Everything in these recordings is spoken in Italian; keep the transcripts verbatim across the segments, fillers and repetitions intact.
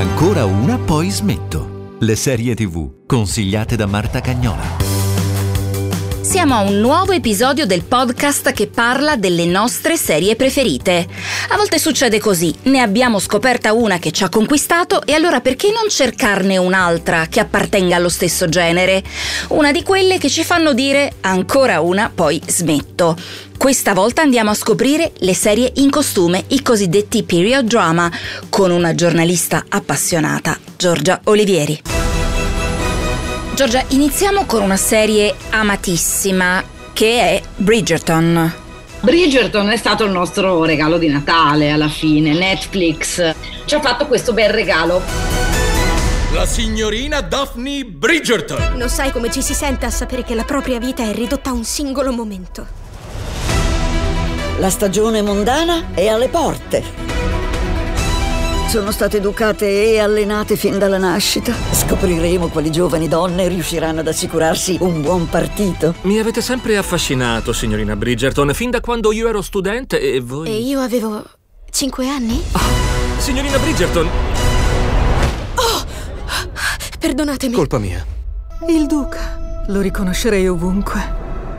Ancora una, poi smetto. Le serie tivù consigliate da Marta Cagnola. Siamo a un nuovo episodio del podcast che parla delle nostre serie preferite. A volte succede così, ne abbiamo scoperta una che ci ha conquistato e allora perché non cercarne un'altra che appartenga allo stesso genere? Una di quelle che ci fanno dire ancora una, poi smetto. Questa volta andiamo a scoprire le serie in costume, i cosiddetti period drama, con una giornalista appassionata, Giorgia Olivieri. Giorgia, iniziamo con una serie amatissima che è Bridgerton. Bridgerton è stato il nostro regalo di Natale alla fine. Netflix ci ha fatto questo bel regalo. La signorina Daphne Bridgerton. Non sai come ci si sente a sapere che la propria vita è ridotta a un singolo momento. La stagione mondana è alle porte. Sono state educate e allenate fin dalla nascita. Scopriremo quali giovani donne riusciranno ad assicurarsi un buon partito. Mi avete sempre affascinato, signorina Bridgerton, fin da quando io ero studente e voi... E io avevo cinque anni? Oh, signorina Bridgerton! Oh! Perdonatemi. Colpa mia. Il duca. Lo riconoscerei ovunque.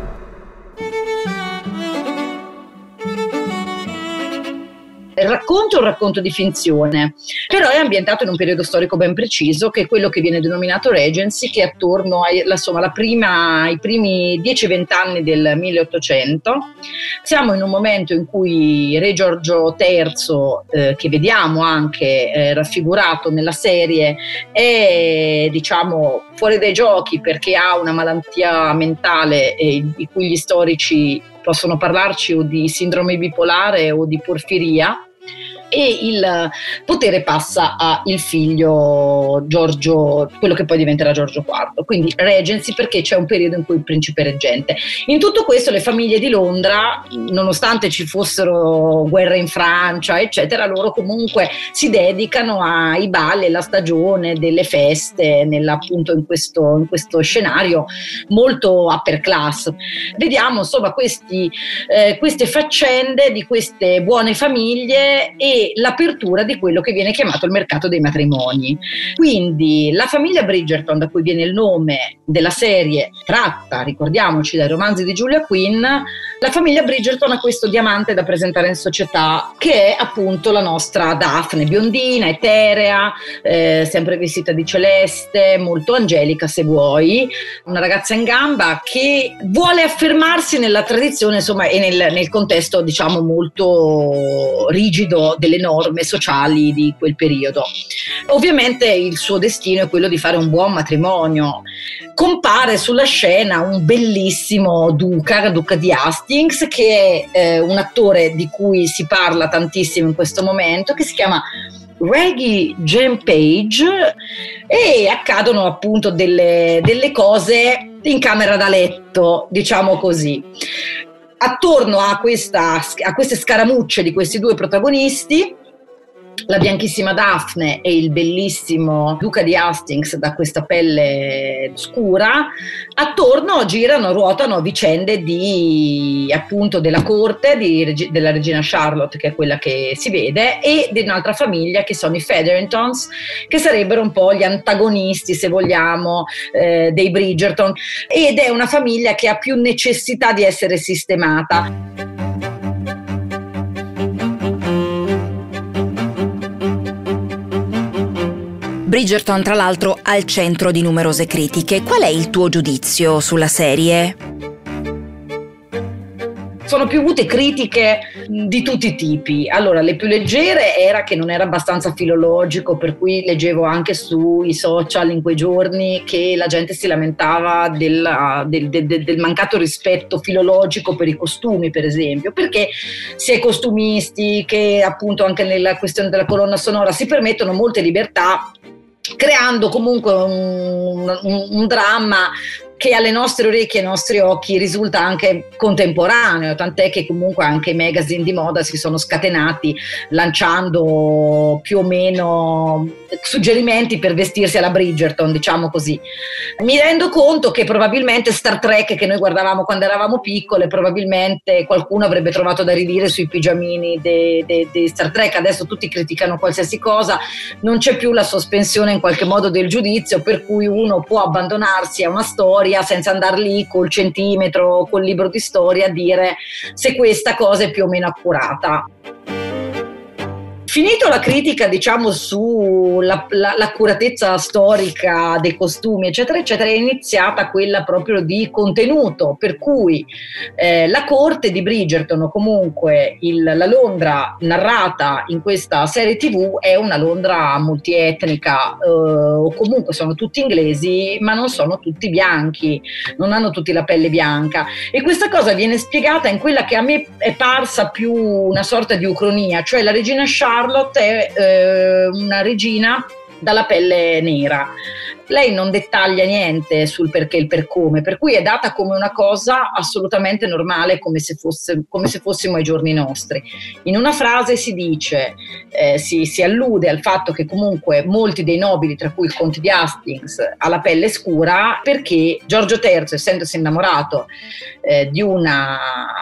Il racconto è un racconto di finzione, però è ambientato in un periodo storico ben preciso, che è quello che viene denominato Regency, che è attorno ai, insomma, la prima, ai primi dieci venti anni del milleottocento. Siamo in un momento in cui Re Giorgio terzo, eh, che vediamo anche eh, raffigurato nella serie, è diciamo fuori dai giochi perché ha una malattia mentale eh, di cui gli storici possono parlarci o di sindrome bipolare o di porfiria, e il potere passa al figlio Giorgio, quello che poi diventerà Giorgio quarto, quindi Regency, perché c'è un periodo in cui il principe è reggente. In tutto questo le famiglie di Londra, nonostante ci fossero guerre in Francia eccetera, loro comunque si dedicano ai balli, alla stagione delle feste, nella, appunto in questo, in questo scenario molto upper class. Vediamo insomma questi, eh, queste faccende di queste buone famiglie e l'apertura di quello che viene chiamato il mercato dei matrimoni. Quindi la famiglia Bridgerton, da cui viene il nome della serie, tratta, ricordiamoci, dai romanzi di Julia Quinn. La famiglia Bridgerton ha questo diamante da presentare in società, che è appunto la nostra Daphne, biondina, eterea, eh, sempre vestita di celeste, molto angelica se vuoi, una ragazza in gamba che vuole affermarsi nella tradizione, insomma, e nel, nel contesto diciamo molto rigido delle norme sociali di quel periodo. Ovviamente il suo destino è quello di fare un buon matrimonio. Compare sulla scena un bellissimo duca, duca di Hastings, che è eh, un attore di cui si parla tantissimo in questo momento, che si chiama Reggie-Jean Page, e accadono appunto delle, delle cose in camera da letto, diciamo così. Attorno a, questa, a queste scaramucce di questi due protagonisti, la bianchissima Daphne e il bellissimo duca di Hastings da questa pelle scura, attorno girano, ruotano vicende di appunto della corte di, della regina Charlotte, che è quella che si vede, e di un'altra famiglia che sono i Featheringtons, che sarebbero un po' gli antagonisti, se vogliamo, eh, dei Bridgerton, ed è una famiglia che ha più necessità di essere sistemata. Bridgerton, tra l'altro, al centro di numerose critiche. Qual è il tuo giudizio sulla serie? Sono piovute critiche di tutti i tipi. Allora, le più leggere era che non era abbastanza filologico, per cui leggevo anche sui social in quei giorni che la gente si lamentava della, del, del, del mancato rispetto filologico per i costumi, per esempio, perché sia i costumisti che appunto anche nella questione della colonna sonora si permettono molte libertà, creando comunque un, un, un dramma che alle nostre orecchie e ai nostri occhi risulta anche contemporaneo, tant'è che comunque anche i magazine di moda si sono scatenati lanciando più o meno suggerimenti per vestirsi alla Bridgerton, diciamo così. Mi rendo conto che probabilmente Star Trek, che noi guardavamo quando eravamo piccole, probabilmente qualcuno avrebbe trovato da ridire sui pigiamini di Star Trek. Adesso tutti criticano qualsiasi cosa, non c'è più la sospensione in qualche modo del giudizio, per cui uno può abbandonarsi a una storia senza andare lì col centimetro, col libro di storia a dire se questa cosa è più o meno accurata. Finito la critica, diciamo, sull'accuratezza storica dei costumi, eccetera, eccetera, è iniziata quella proprio di contenuto, per cui eh, la corte di Bridgerton, o comunque il, la Londra narrata in questa serie tivù, è una Londra multietnica, eh, o comunque sono tutti inglesi, ma non sono tutti bianchi, non hanno tutti la pelle bianca. E questa cosa viene spiegata in quella che a me è parsa più una sorta di ucronia, cioè la regina Charlotte è eh, una regina dalla pelle nera. Lei non dettaglia niente sul perché e il per come, per cui è data come una cosa assolutamente normale, come se, fosse, come se fossimo ai giorni nostri. In una frase si dice, eh, si, si allude al fatto che comunque molti dei nobili, tra cui il conte di Hastings, ha la pelle scura perché Giorgio terzo, essendosi innamorato eh, di una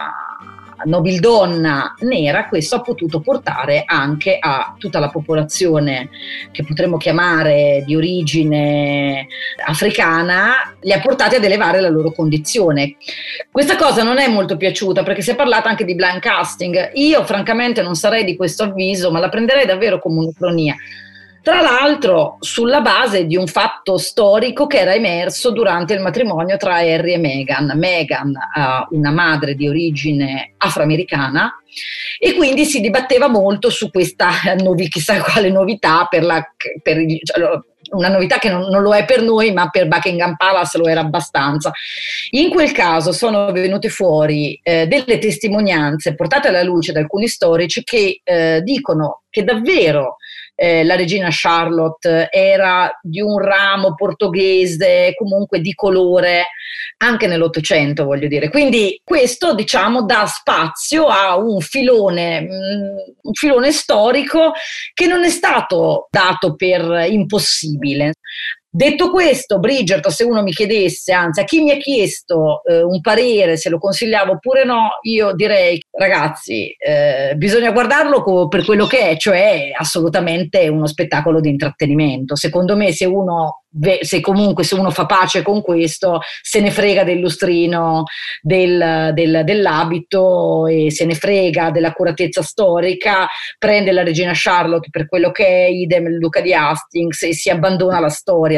nobildonna nera, questo ha potuto portare anche a tutta la popolazione che potremmo chiamare di origine africana, li ha portati ad elevare la loro condizione. Questa cosa non è molto piaciuta perché si è parlato anche di blind casting. Io francamente non sarei di questo avviso, ma la prenderei davvero come un'ucronia. Tra l'altro sulla base di un fatto storico che era emerso durante il matrimonio tra Harry e Meghan. Meghan ha una madre di origine afroamericana e quindi si dibatteva molto su questa novi, chissà quale novità per la, per il, cioè, una novità che non, non lo è per noi, ma per Buckingham Palace lo era abbastanza. In quel caso sono venute fuori eh, delle testimonianze portate alla luce da alcuni storici che eh, dicono che davvero Eh, la regina Charlotte era di un ramo portoghese, comunque di colore, anche nell'Ottocento, voglio dire. Quindi questo, diciamo, dà spazio a un filone, mh, un filone storico che non è stato dato per impossibile. Detto questo, Bridgerton, se uno mi chiedesse, anzi a chi mi ha chiesto eh, un parere se lo consigliavo oppure no, io direi, ragazzi, eh, bisogna guardarlo co- per quello che è, cioè assolutamente uno spettacolo di intrattenimento. Secondo me se uno, se comunque se uno fa pace con questo, se ne frega del lustrino del, del, dell'abito e se ne frega dell'accuratezza storica, prende la regina Charlotte per quello che è, idem il duca di Hastings, e si abbandona alla storia.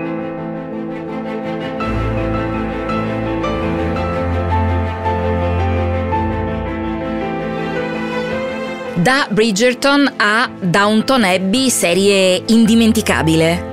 Da Bridgerton a Downton Abbey, serie indimenticabile.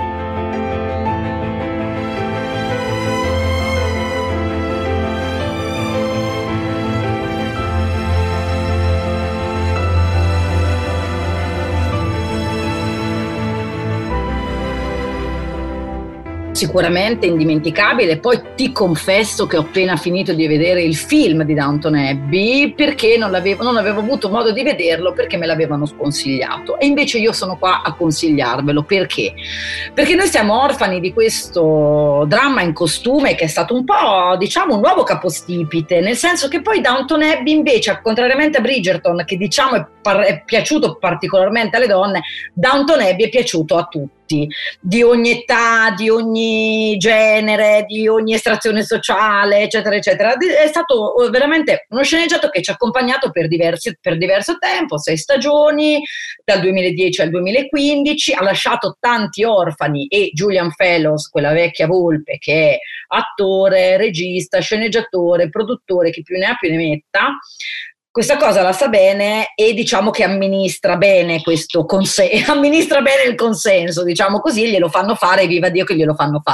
Sicuramente indimenticabile. Poi ti confesso che ho appena finito di vedere il film di Downton Abbey perché non, l'avevo, non avevo avuto modo di vederlo perché me l'avevano sconsigliato, e invece io sono qua a consigliarvelo. Perché? Perché noi siamo orfani di questo dramma in costume che è stato un po', diciamo, un nuovo capostipite, nel senso che poi Downton Abbey invece, contrariamente a Bridgerton, che diciamo è, par- è piaciuto particolarmente alle donne, Downton Abbey è piaciuto a tutti, di ogni età, di ogni genere, di ogni estrazione sociale, eccetera, eccetera. È stato veramente uno sceneggiato che ci ha accompagnato per, diversi, per diverso tempo, sei stagioni, dal duemiladieci al duemilaquindici, ha lasciato tanti orfani, e Julian Fellowes, quella vecchia volpe che è attore, regista, sceneggiatore, produttore, chi più ne ha più ne metta, questa cosa la sa bene e diciamo che amministra bene questo consenso, amministra bene il consenso, diciamo così, glielo fanno fare, viva Dio che glielo fanno fare.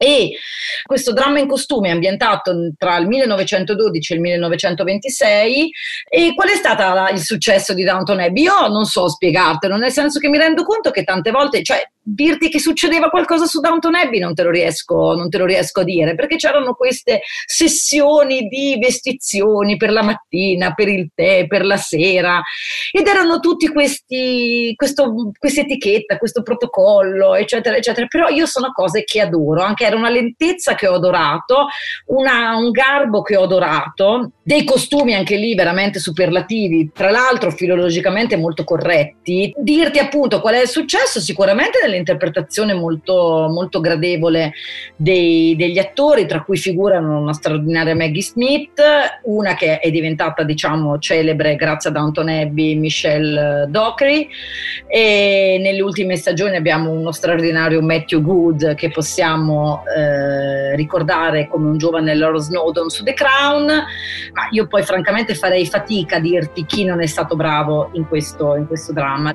E questo dramma in costume è ambientato tra il millenovecentododici e il millenovecentoventisei. E qual è stato la, il successo di Downton Abbey? Io non so spiegartelo, nel senso che mi rendo conto che tante volte, cioè dirti che succedeva qualcosa su Downton Abbey non te lo riesco, non te lo riesco a dire, perché c'erano queste sessioni di vestizioni per la mattina, per il tè, per la sera, ed erano tutti questi, questo, questa etichetta, questo protocollo, eccetera, eccetera. Però io sono cose che adoro, anche era una lentezza che ho adorato, una, un garbo che ho adorato, dei costumi anche lì veramente superlativi, tra l'altro filologicamente molto corretti. Dirti appunto qual è il successo, sicuramente nell'interpretazione molto, molto gradevole dei, degli attori, tra cui figurano una straordinaria Maggie Smith, una che è diventata diciamo celebre grazie a Downton Abbey, Michelle Dockery, e nelle ultime stagioni abbiamo uno straordinario Matthew Good che possiamo eh, ricordare come un giovane Lord Snowdon su The Crown. Ma io poi francamente farei fatica a dirti chi non è stato bravo in questo, in questo dramma.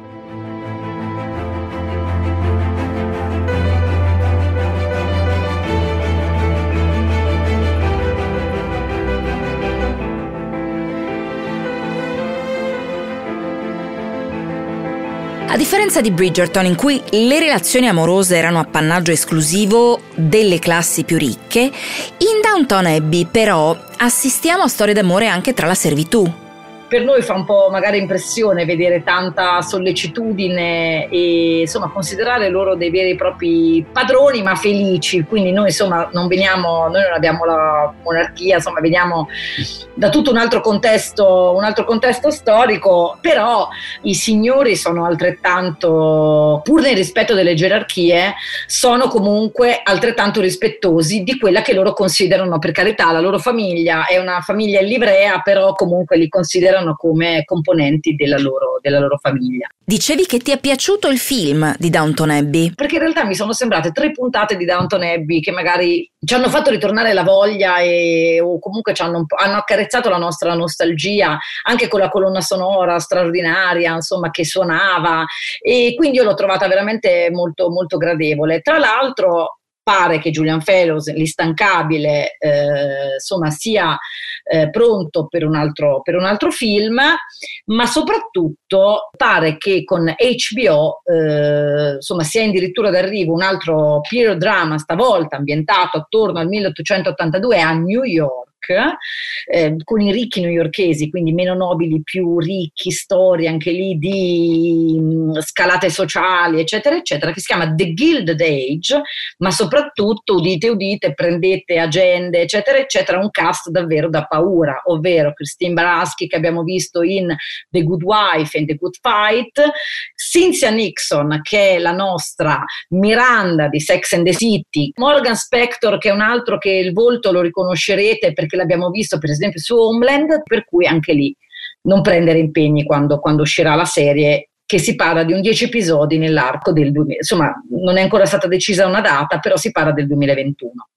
A differenza di Bridgerton, in cui le relazioni amorose erano appannaggio esclusivo delle classi più ricche, in Downton Abbey però assistiamo a storie d'amore anche tra la servitù. Per noi fa un po' magari impressione vedere tanta sollecitudine e insomma considerare loro dei veri e propri padroni ma felici, quindi noi insomma non veniamo, noi non abbiamo la monarchia, insomma veniamo da tutto un altro contesto, un altro contesto storico, però i signori sono altrettanto, pur nel rispetto delle gerarchie, sono comunque altrettanto rispettosi di quella che loro considerano, per carità, la loro famiglia è una famiglia in livrea, però comunque li considerano come componenti della loro, della loro famiglia. Dicevi che ti è piaciuto il film di Downton Abbey? Perché in realtà mi sono sembrate tre puntate di Downton Abbey che magari ci hanno fatto ritornare la voglia e, o comunque ci hanno, hanno accarezzato la nostra nostalgia, anche con la colonna sonora straordinaria, insomma, che suonava, e quindi io l'ho trovata veramente molto, molto gradevole. Tra l'altro pare che Julian Fellowes, l'instancabile, eh, insomma, sia eh, pronto per un, altro, per un altro film, ma soprattutto pare che con H B O eh, insomma, sia addirittura d'arrivo un altro period drama, stavolta ambientato attorno al milleottocentottantadue a New York, eh, con i ricchi newyorkesi, quindi meno nobili, più ricchi, storie anche lì di mh, scalate sociali, eccetera, eccetera, che si chiama The Gilded Age, ma soprattutto, udite udite, prendete agende, eccetera, eccetera, un cast davvero da paura, ovvero Christine Baranski, che abbiamo visto in The Good Wife and The Good Fight, Cynthia Nixon, che è la nostra Miranda di Sex and the City, Morgan Spector, che è un altro che il volto lo riconoscerete perché l'abbiamo visto per esempio su Homeland, per cui anche lì non prendere impegni quando, quando uscirà la serie, che si parla di un dieci episodi nell'arco del duemila, insomma non è ancora stata decisa una data, però si parla del duemilaventuno.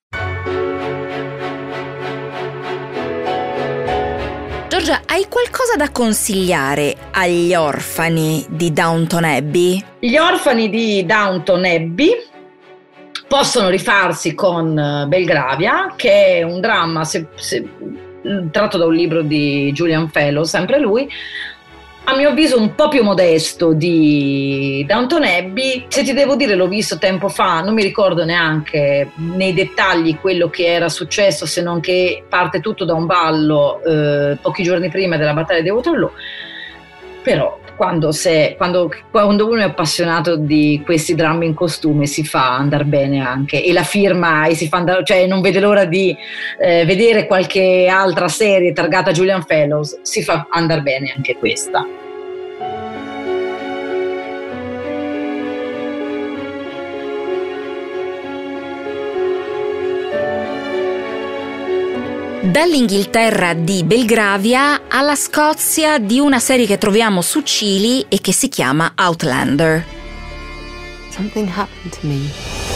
Giorgia, hai qualcosa da consigliare agli orfani di Downton Abbey? Gli orfani di Downton Abbey possono rifarsi con Belgravia, che è un dramma se, se, tratto da un libro di Julian Fellowes, sempre lui, a mio avviso un po' più modesto di Downton Abbey. Se ti devo dire, l'ho visto tempo fa, non mi ricordo neanche nei dettagli quello che era successo, se non che parte tutto da un ballo eh, pochi giorni prima della battaglia di Waterloo, però Quando, se, quando, quando uno è appassionato di questi drammi in costume si fa andare bene anche, e la firma e si fa andare, cioè non vede l'ora di eh, vedere qualche altra serie targata Julian Fellowes, si fa andare bene anche questa. Dall'Inghilterra di Belgravia alla Scozia di una serie che troviamo su Chili e che si chiama Outlander. Something happened to me.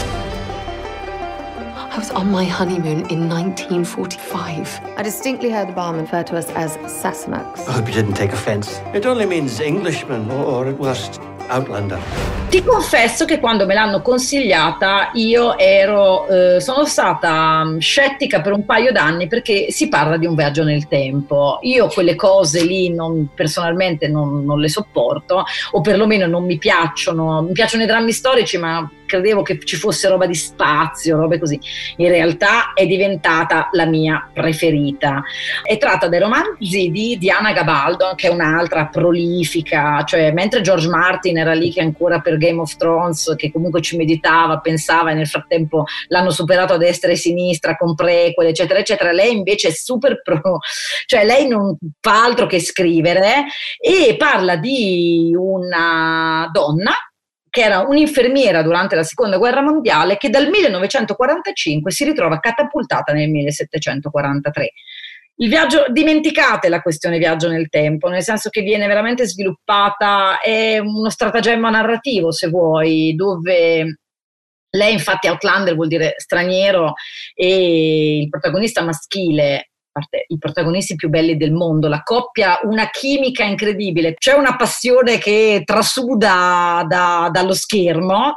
I was on my honeymoon in nineteen forty-five. I distinctly heard the barman refer to us as Sassenachs. I hope you didn't take offense. It only means Englishmen, or, or at worst, Outlander. Ti confesso che quando me l'hanno consigliata io ero, eh, sono stata scettica per un paio d'anni perché si parla di un viaggio nel tempo. Io quelle cose lì non, personalmente non, non le sopporto, o perlomeno non mi piacciono. Mi piacciono i drammi storici, ma credevo che ci fosse roba di spazio, robe così. In realtà è diventata la mia preferita. È tratta dai romanzi di Diana Gabaldon, che è un'altra prolifica, cioè mentre George Martin era lì che ancora per Game of Thrones, che comunque ci meditava, pensava, e nel frattempo l'hanno superato a destra e a sinistra con prequel eccetera eccetera, lei invece è super pro, cioè lei non fa altro che scrivere, e parla di una donna che era un'infermiera durante la seconda guerra mondiale, che dal millenovecentoquarantacinque si ritrova catapultata nel millesettecentoquarantatré. Il viaggio, dimenticate la questione viaggio nel tempo, nel senso che viene veramente sviluppata, è uno stratagemma narrativo se vuoi, dove lei, infatti Outlander vuol dire straniero, e il protagonista maschile, a parte i protagonisti più belli del mondo, la coppia, una chimica incredibile, c'è una passione che trasuda da, dallo schermo,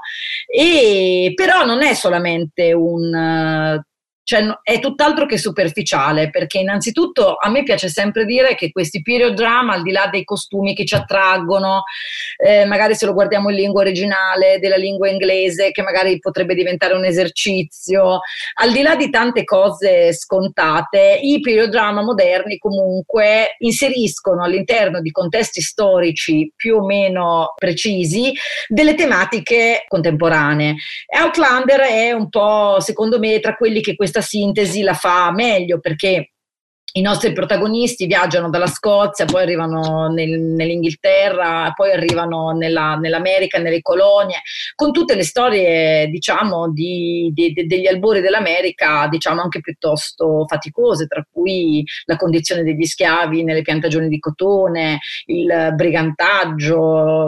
e però non è solamente un... cioè è tutt'altro che superficiale, perché innanzitutto a me piace sempre dire che questi period drama, al di là dei costumi che ci attraggono, eh, magari se lo guardiamo in lingua originale, della lingua inglese, che magari potrebbe diventare un esercizio, al di là di tante cose scontate, i period drama moderni comunque inseriscono all'interno di contesti storici più o meno precisi delle tematiche contemporanee. Outlander è un po', secondo me, tra quelli che questa sintesi la fa meglio, perché i nostri protagonisti viaggiano dalla Scozia, poi arrivano nel, nell'Inghilterra, poi arrivano nella, nell'America, nelle colonie, con tutte le storie, diciamo, di, di, di, degli albori dell'America, diciamo anche piuttosto faticose, tra cui la condizione degli schiavi nelle piantagioni di cotone, il brigantaggio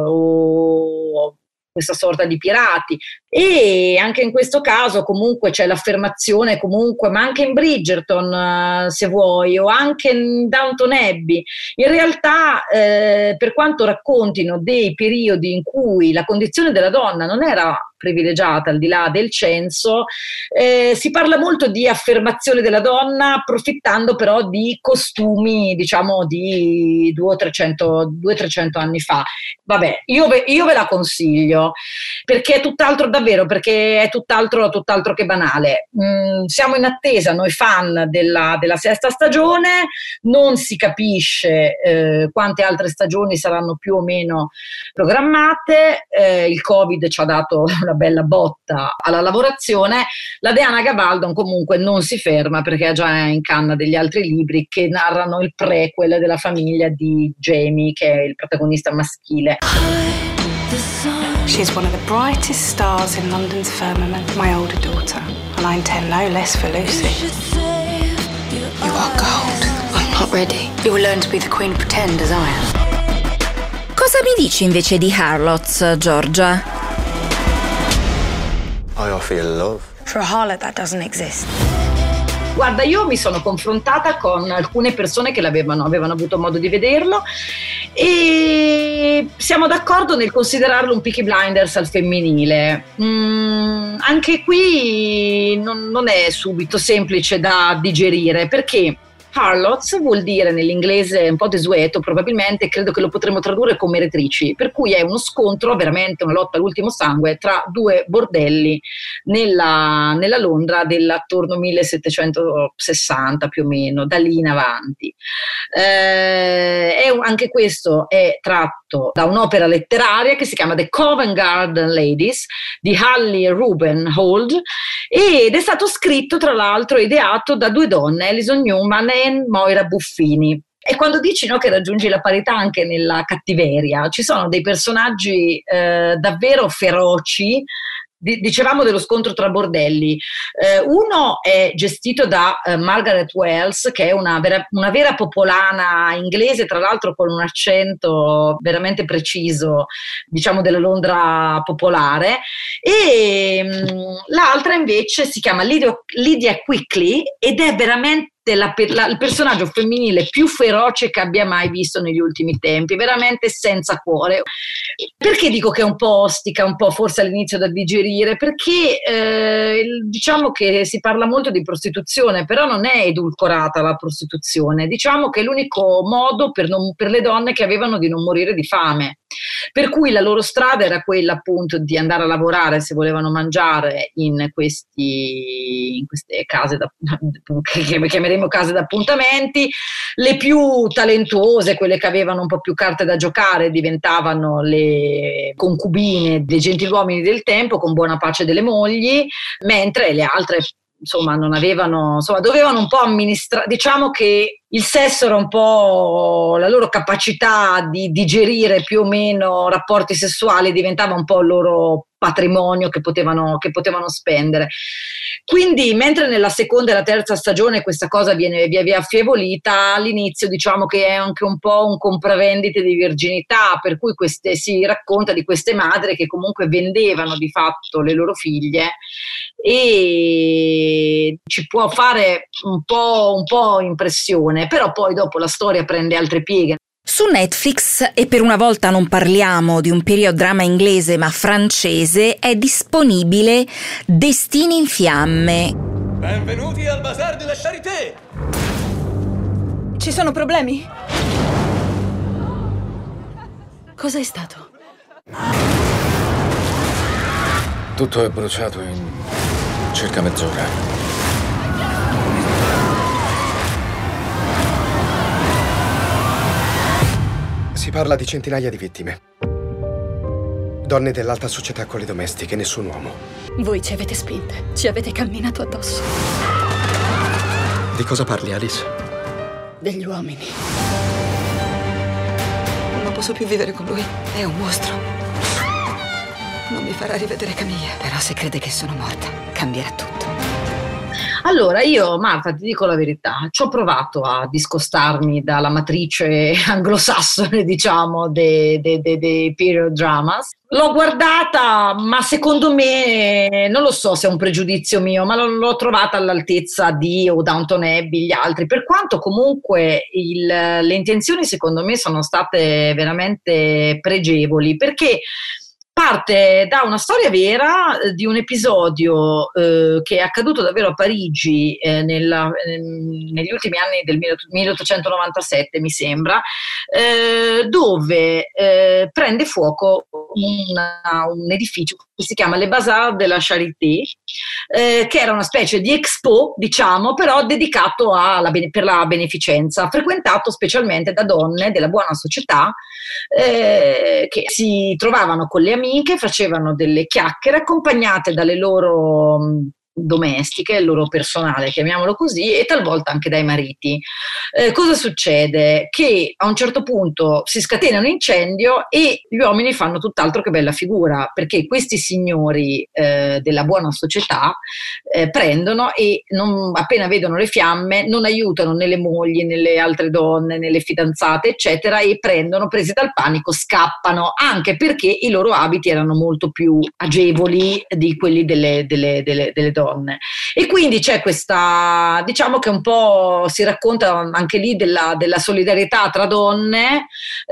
o questa sorta di pirati. E anche in questo caso comunque c'è l'affermazione, comunque, ma anche in Bridgerton, se vuoi, o anche in Downton Abbey, in realtà eh, per quanto raccontino dei periodi in cui la condizione della donna non era privilegiata al di là del censo, eh, si parla molto di affermazione della donna, approfittando però di costumi, diciamo, di duecento trecento anni fa. Vabbè, io ve, io ve la consiglio, perché è tutt'altro, davvero, perché è tutt'altro, tutt'altro che banale. Mm, siamo in attesa, noi fan della, della sesta stagione, non si capisce eh, quante altre stagioni saranno più o meno programmate, eh, il Covid ci ha dato una bella botta alla lavorazione. La Diana Gabaldon comunque non si ferma, perché ha già in canna degli altri libri che narrano il prequel della famiglia di Jamie, che è il protagonista maschile. She's one of the brightest stars in London's firmament, my older daughter, and I intend no less for Lucy. You are gold. I'm not ready. You will learn to be the queen of pretend as I am. Cosa mi dici invece di Harlots, Giorgia? I offer you love. For a harlot, that doesn't exist. Guarda, io mi sono confrontata con alcune persone che l'avevano avevano avuto modo di vederlo, e siamo d'accordo nel considerarlo un Peaky Blinders al femminile. Mm, anche qui non, non è subito semplice da digerire, perché Harlots vuol dire nell'inglese un po' desueto, probabilmente, credo che lo potremmo tradurre come meretrici, per cui è uno scontro, veramente una lotta all'ultimo sangue tra due bordelli nella, nella Londra dell'attorno millesettecentosessanta più o meno, da lì in avanti. Eh, è, anche questo è tratto da un'opera letteraria che si chiama The Covent Garden Ladies di Hallie Rubenhold, ed è stato scritto, tra l'altro, e ideato da due donne, Alison Newman e Moira Buffini. E quando dici, no, che raggiungi la parità anche nella cattiveria, ci sono dei personaggi eh, davvero feroci. Dicevamo dello scontro tra bordelli, eh, uno è gestito da eh, Margaret Wells, che è una vera, una vera popolana inglese, tra l'altro con un accento veramente preciso, diciamo della Londra popolare, e mh, l'altra invece si chiama Lydia, Lydia Quickly, ed è veramente veramente la, la, il personaggio femminile più feroce che abbia mai visto negli ultimi tempi, veramente senza cuore. Perché dico che è un po' ostica, un po' forse all'inizio da digerire? Perché eh, diciamo che si parla molto di prostituzione, però non è edulcorata la prostituzione, diciamo che è l'unico modo per, non, per le donne che avevano di non morire di fame, per cui la loro strada era quella appunto di andare a lavorare se volevano mangiare in, questi, in queste case da, che chiameremo case d'appuntamenti. Le più talentuose, quelle che avevano un po' più carte da giocare, diventavano le concubine dei gentiluomini del tempo con buona pace delle mogli, mentre le altre insomma non avevano, insomma dovevano un po' amministrare, diciamo che il sesso era un po' la loro capacità di digerire più o meno rapporti sessuali, diventava un po' il loro patrimonio che potevano, che potevano spendere. Quindi mentre nella seconda e la terza stagione questa cosa viene via via affievolita, all'inizio diciamo che è anche un po' un compravendite di virginità, per cui queste, si racconta di queste madri che comunque vendevano di fatto le loro figlie, e ci può fare un po', un po' impressione, però poi dopo la storia prende altre pieghe. Su Netflix, e per una volta non parliamo di un period drama inglese ma francese, è disponibile Destini in fiamme. Benvenuti al Bazar de la Charité! Ci sono problemi? Cosa è stato? Tutto è bruciato in circa mezz'ora. Si parla di centinaia di vittime. Donne dell'alta società con le domestiche, nessun uomo. Voi ci avete spinte, ci avete camminato addosso. Di cosa parli, Alice? Degli uomini. Non posso più vivere con lui, è un mostro. Non mi farà rivedere Camilla. Però se crede che sono morta, cambierà tutto. Allora io, Marta, ti dico la verità, ci ho provato a discostarmi dalla matrice anglosassone, diciamo, dei de, de, de period dramas. L'ho guardata, ma secondo me, non lo so se è un pregiudizio mio, ma l'ho, l'ho trovata all'altezza di o Downton Abbey, gli altri, per quanto comunque il, le intenzioni secondo me sono state veramente pregevoli, perché parte da una storia vera di un episodio eh, che è accaduto davvero a Parigi eh, nella, eh, negli ultimi anni del milleottocentonovantasette, mi sembra, eh, dove eh, prende fuoco una, un edificio che si chiama Le Bazar de la Charité, eh, che era una specie di expo, diciamo, però dedicato alla, per la beneficenza, frequentato specialmente da donne della buona società eh, che si trovavano con le amiche, che facevano delle chiacchiere accompagnate dalle loro mh, domestiche, il loro personale, chiamiamolo così, e talvolta anche dai mariti. Eh, cosa succede? Che a un certo punto si scatena un incendio e gli uomini fanno tutt'altro che bella figura, perché questi signori eh, della buona società eh, prendono e non, appena vedono le fiamme non aiutano né le mogli né le altre donne né le fidanzate eccetera, e prendono, presi dal panico, scappano, anche perché i loro abiti erano molto più agevoli di quelli delle, delle, delle, delle donne. E quindi c'è questa, diciamo che un po' si racconta anche lì della, della solidarietà tra donne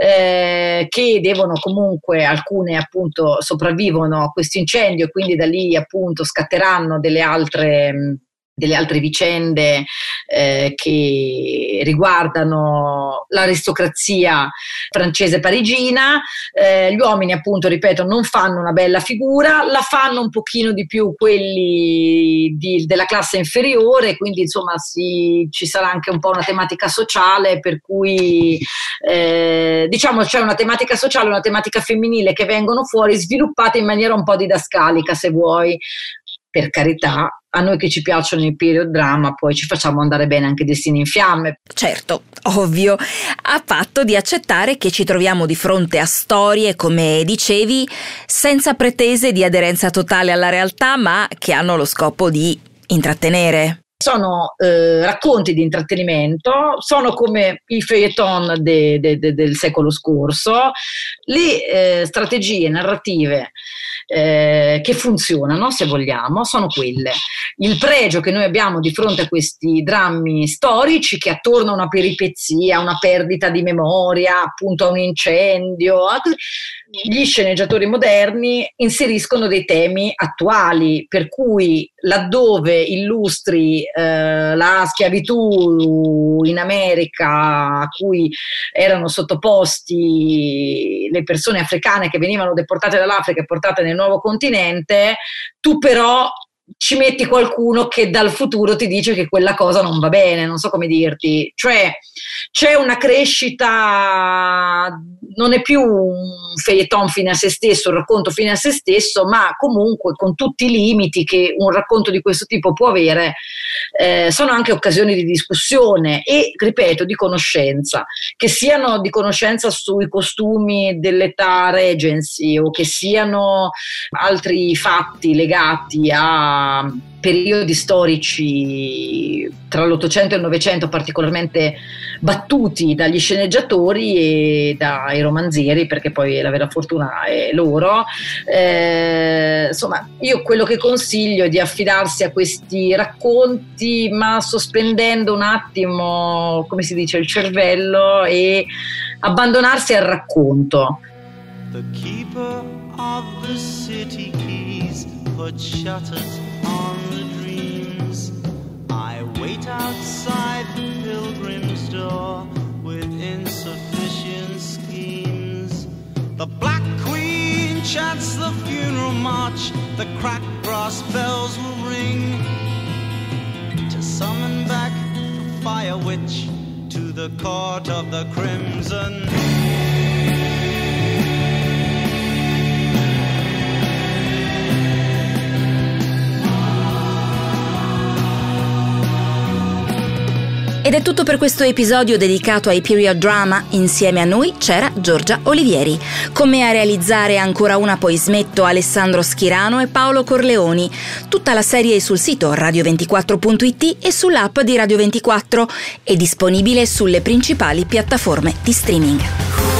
eh, che devono comunque, alcune appunto sopravvivono a questo incendio e quindi da lì appunto scatteranno delle altre delle altre vicende eh, che riguardano l'aristocrazia francese parigina. Eh, gli uomini appunto, ripeto, non fanno una bella figura, la fanno un pochino di più quelli di, della classe inferiore, quindi insomma si, ci sarà anche un po' una tematica sociale, per cui eh, diciamo c'è una tematica sociale, una tematica femminile che vengono fuori sviluppate in maniera un po' didascalica, se vuoi. Per carità, a noi che ci piacciono i period drama, poi ci facciamo andare bene anche Destini in fiamme. Certo, ovvio, a patto di accettare che ci troviamo di fronte a storie, come dicevi, senza pretese di aderenza totale alla realtà, ma che hanno lo scopo di intrattenere. Sono eh, racconti di intrattenimento, sono come i feuilleton de, de, de, del secolo scorso, le eh, strategie narrative eh, che funzionano, se vogliamo, sono quelle. Il pregio che noi abbiamo di fronte a questi drammi storici, che attorno a una peripezia, a una perdita di memoria, appunto a un incendio, a... gli sceneggiatori moderni inseriscono dei temi attuali, per cui laddove illustri eh, la schiavitù in America a cui erano sottoposti le persone africane che venivano deportate dall'Africa e portate nel nuovo continente, tu però ci metti qualcuno che dal futuro ti dice che quella cosa non va bene, non so come dirti, cioè c'è una crescita, non è più un feuilleton fine a se stesso, un racconto fine a se stesso, ma comunque con tutti i limiti che un racconto di questo tipo può avere, eh, sono anche occasioni di discussione e, ripeto, di conoscenza, che siano di conoscenza sui costumi dell'età Regency o che siano altri fatti legati a periodi storici tra l'Ottocento e il Novecento particolarmente battuti dagli sceneggiatori e dai romanzieri, perché poi la vera fortuna è loro. Eh, insomma, io quello che consiglio è di affidarsi a questi racconti, ma sospendendo un attimo, come si dice, il cervello e abbandonarsi al racconto. The keeper of the city keys put shutters on the dreams. I wait outside the pilgrim's door with insufficient schemes. The Black Queen chants the funeral march, the cracked brass bells will ring to summon back the fire witch to the court of the crimson. Ed è tutto per questo episodio dedicato ai period drama. Insieme a noi c'era Giorgia Olivieri. Con me a realizzare ancora una Poi smetto Alessandro Schirano e Paolo Corleoni. Tutta la serie è sul sito radio ventiquattro punto it e sull'app di Radio ventiquattro. È disponibile sulle principali piattaforme di streaming.